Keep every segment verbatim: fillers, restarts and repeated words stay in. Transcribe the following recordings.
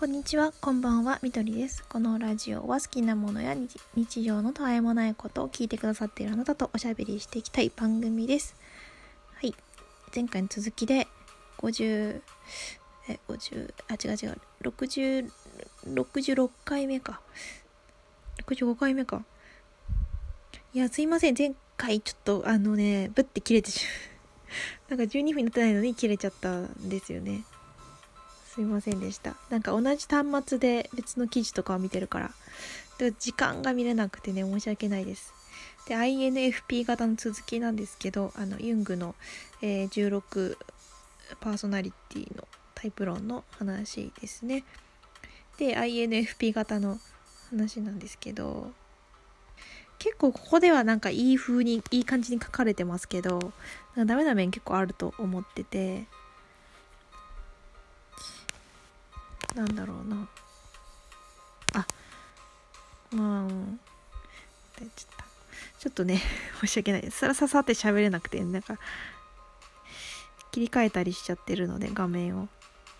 こんにちは、こんばんは、みどりです。このラジオは好きなものや日日常のたわいもないことを聞いてくださっているあなたとおしゃべりしていきたい番組です。はい、前回の続きでごじゅうえごじゅうあ違う違うろくじゅうろくじゅうろっかいめかろくじゅうごかいめかいやすいません、前回ちょっとあのねぶって切れてしまうなんかじゅうにふんになってないのに切れちゃったんですよね。すいませんでした。なんか同じ端末で別の記事とかを見てるからで時間が見れなくてね、申し訳ないです。で アイエヌエフピー 型の続きなんですけど、あのユングの、えー、じゅうろくパーソナリティのタイプ論の話ですね。で アイエヌエフピー 型の話なんですけど、結構ここではなんかいい風にいい感じに書かれてますけど、なんかダメな面結構あると思ってて、なんだろうなあまあちょっとちょっとね申し訳ないです。さらささって喋れなくて、なんか切り替えたりしちゃってるので画面を、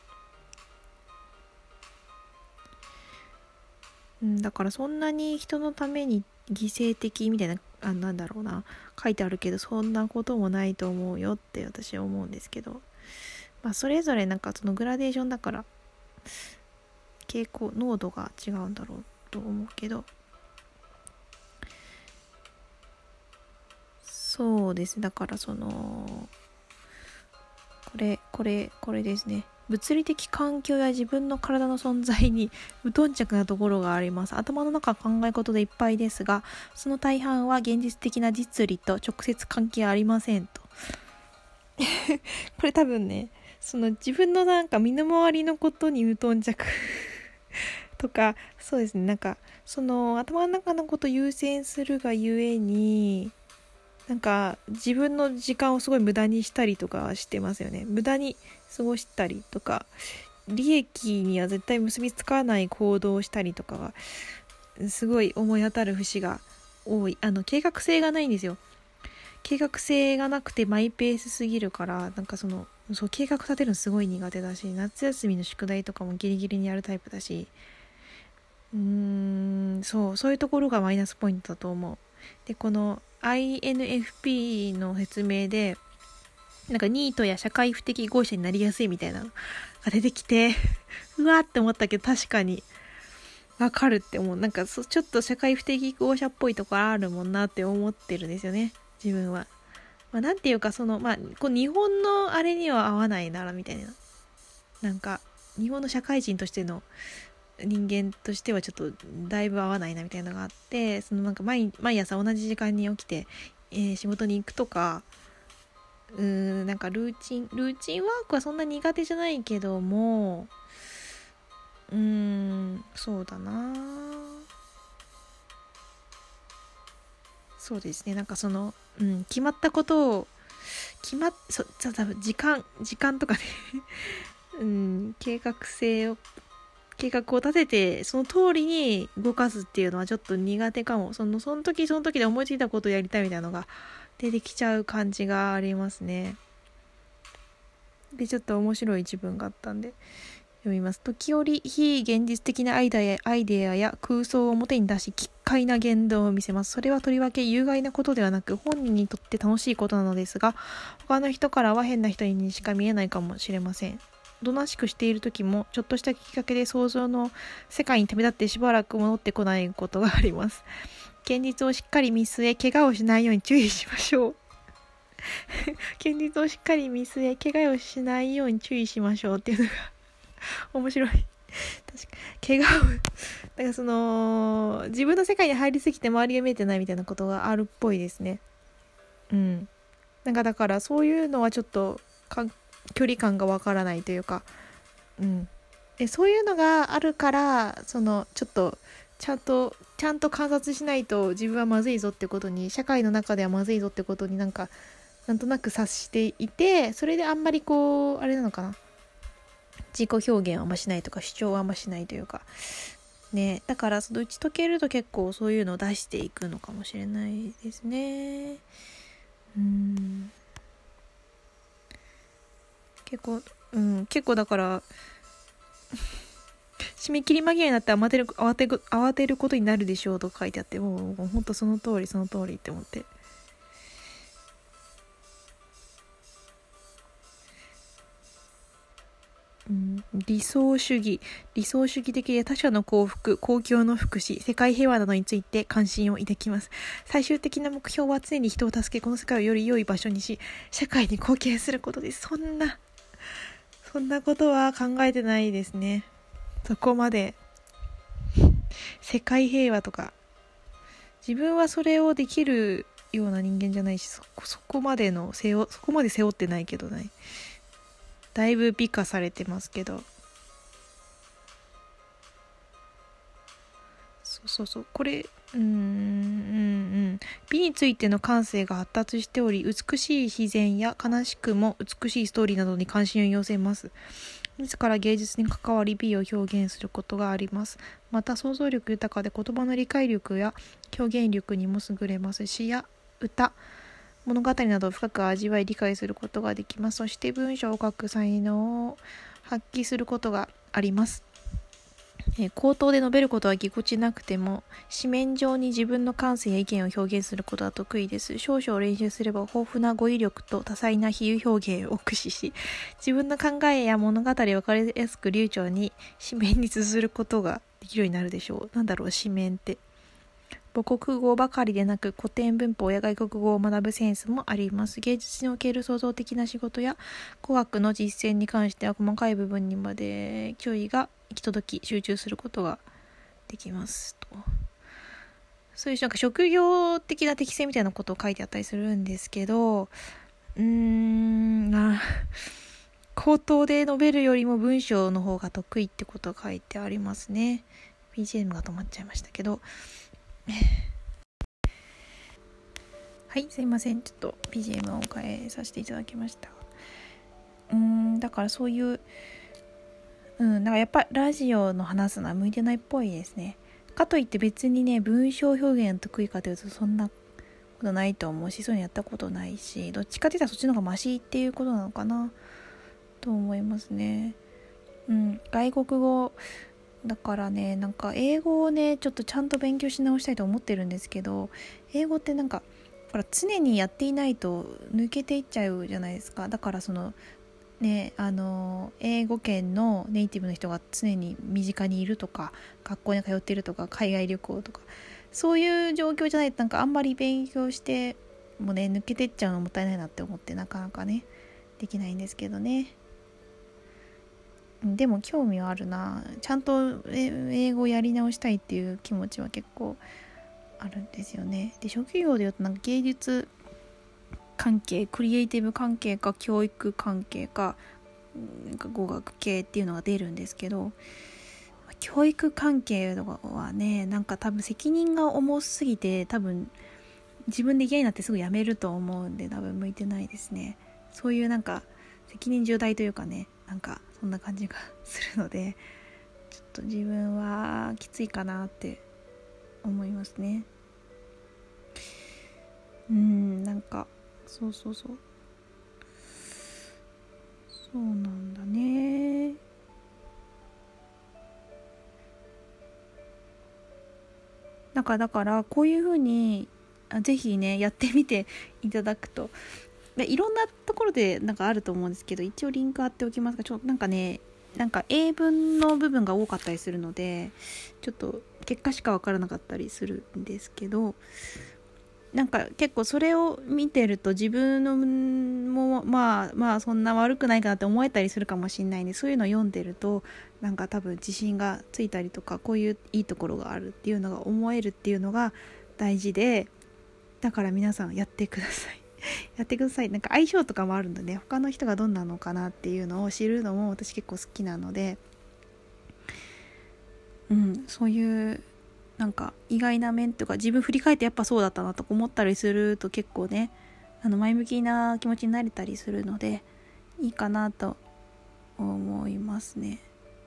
うん、だからそんなに人のために犠牲的みたいな、あなんだろうな書いてあるけど、そんなこともないと思うよって私は思うんですけど、まあそれぞれなんかそのグラデーションだから傾向濃度が違うんだろうと思うけど、そうですだからそのこれこれこれですね。物理的環境や自分の体の存在に無頓着なところがあります。頭の中は考え事でいっぱいですが、その大半は現実的な実利と直接関係ありませんとこれ多分ね、その自分のなんか身の回りのことに無頓着とか、そうですね、なんかその頭の中のことを優先するがゆえに、なんか自分の時間をすごい無駄にしたりとかしてますよね。無駄に過ごしたりとか、利益には絶対結びつかない行動をしたりとかはすごい思い当たる節が多い。あの計画性がないんですよ。計画性がなくてマイペースすぎるから、なんかそのそう計画立てるのすごい苦手だし、夏休みの宿題とかもギリギリにやるタイプだし、うーんそうそういうところがマイナスポイントだと思う。でこの アイエヌエフピー の説明で、なんかニートや社会不適合者になりやすいみたいなのが出てきてうわーって思ったけど、確かにわかるって思う。なんかそちょっと社会不適合者っぽいところあるもんなって思ってるんですよね、自分は。まあ、なんていうかそのまあこう日本のあれには合わないならみたいな、なんか日本の社会人としての人間としてはちょっとだいぶ合わないなみたいなのがあって、そのなんか 毎, 毎朝同じ時間に起きて、えー、仕事に行くとか、うーんなんかルーチンルーチンワークはそんな苦手じゃないけども、うーんそうだなそうですね、なんかその、うん、決まったことを決まっそ多分時間時間とかねうん計画性を計画を立ててその通りに動かすっていうのはちょっと苦手かも。そのその時その時で思いついたことをやりたいみたいなのが出てきちゃう感じがありますね。でちょっと面白い一文があったんで読みます。時折非現実的なアイデアアイデアや空想を表に出し奇怪な言動を見せます。それはとりわけ有害なことではなく本人にとって楽しいことなのですが、他の人からは変な人にしか見えないかもしれません。おとなしくしている時もちょっとしたきっかけで想像の世界に旅立ってしばらく戻ってこないことがあります。現実をしっかり見据え怪我をしないように注意しましょう現実をしっかり見据え怪我をしないように注意しましょうっていうのが面白い。確か怪我をだからその自分の世界に入りすぎて周りが見えてないみたいなことがあるっぽいですね。うんなんかだからそういうのはちょっとか距離感がわからないというか、うん、でそういうのがあるから、そのちょっとちゃんとちゃんと観察しないと自分はまずいぞってことに、社会の中ではまずいぞってことになんかなんとなく察していて、それであんまりこうあれなのかな、自己表現はあんましないとか主張はあんましないというかね、だからその打ち解けると結構そういうのを出していくのかもしれないですね。うん結構うん結構だから締め切り間際になって慌てる慌てる慌てることになるでしょうとか書いてあって、もうもうほんとその通りその通りって思って、うん、理想主義理想主義的で他者の幸福、公共の福祉、世界平和などについて関心を抱きます。最終的な目標は常に人を助け、この世界をより良い場所にし、社会に貢献することです。そんなそんなことは考えてないですね。そこまで世界平和とか、自分はそれをできるような人間じゃないし、そ, そこまでの背負そこまで背負ってないけどね。だいぶ美化されてますけど、そうそうそう、これうーんうんうん美についての感性が発達しており、美しい自然や悲しくも美しいストーリーなどに関心を寄せます。自ら芸術に関わり美を表現することがあります。また想像力豊かで言葉の理解力や表現力にも優れます。詩や歌、物語などを深く味わい理解することができます。そして文章を書く才能を発揮することがあります。えー、口頭で述べることはぎこちなくても、紙面上に自分の感性や意見を表現することは得意です。少々練習すれば豊富な語彙力と多彩な比喩表現を駆使し、自分の考えや物語を分かりやすく流暢に紙面に綴ることができるようになるでしょう。なんだろう、紙面って。母国語ばかりでなく古典文法や外国語を学ぶセンスもあります。芸術における創造的な仕事や語学の実践に関しては細かい部分にまで注意が行き届き集中することができますと。そういうなんか職業的な適性みたいなことを書いてあったりするんですけど、うーんあ口頭で述べるよりも文章の方が得意ってことが書いてありますね。 ビージーエム が止まっちゃいましたけどはい、すいません、ちょっと ビージーエム を変えさせていただきました。うーんだからそういううんだからやっぱりラジオの話すのは向いてないっぽいですね。かといって別にね文章表現得意かというとそんなことないと思うし、そういうのやったことないし、どっちかって言ったらそっちの方がマシっていうことなのかなと思いますね。うん外国語だからね、なんか英語をねちょっとちゃんと勉強し直したいと思ってるんですけど、英語ってなんかほら常にやっていないと抜けていっちゃうじゃないですか。だからそのねあの英語圏のネイティブの人が常に身近にいるとか、学校に通っているとか、海外旅行とかそういう状況じゃないとなんかあんまり勉強してもね抜けてっちゃうのもったいないなって思って、なかなかねできないんですけどね。でも興味はあるな。ちゃんと英語をやり直したいっていう気持ちは結構あるんですよね。で職業でいうとなんか芸術関係、クリエイティブ関係か教育関係か、なんか語学系っていうのが出るんですけど、教育関係とかはねなんか多分責任が重すぎて多分自分で嫌になってすぐ辞めると思うんで多分向いてないですね。そういうなんか責任重大というかね、なんかそんな感じがするので、ちょっと自分はきついかなって思いますね。うんなんかそうそうそうそうなんだね。なんかだからこういう風にぜひねやってみていただくと、でいろんなところでなんかあると思うんですけど、一応リンク貼っておきますが、ちょっとなんかねなんか英文の部分が多かったりするのでちょっと結果しか分からなかったりするんですけど、なんか結構それを見てると自分のもまあまあそんな悪くないかなって思えたりするかもしれないんで、そういうのを読んでるとなんか多分自信がついたりとか、こういういいところがあるっていうのが思えるっていうのが大事で、だから皆さんやってくださいやってください。なんか相性とかもあるんでね、他の人がどんなのかなっていうのを知るのも私結構好きなので、うんそういうなんか意外な面とか自分振り返ってやっぱそうだったなとか思ったりすると結構ねあの前向きな気持ちになれたりするのでいいかなと思いますね。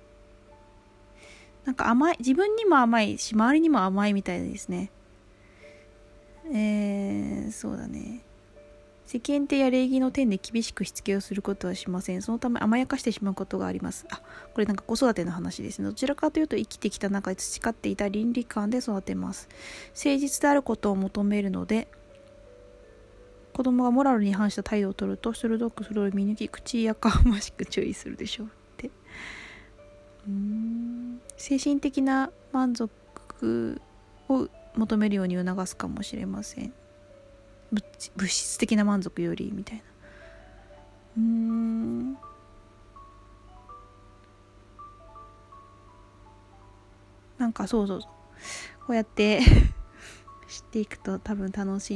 なんか甘い、自分にも甘いし周りにも甘いみたいですね。えー、そうだね、 世間体や礼儀の点で厳しくしつけをすることはしません。そのため甘やかしてしまうことがあります。あ、これなんか子育ての話ですね。どちらかというと生きてきた中で培っていた倫理観で育てます。誠実であることを求めるので、子供がモラルに反した態度を取ると鋭くそれを見抜き、口やかましく注意するでしょうって。うーん精神的な満足を求めるように促すかもしれません。物質的な満足よりみたいな。うーんなんかそうそうそうこうやって知っていくと多分楽しい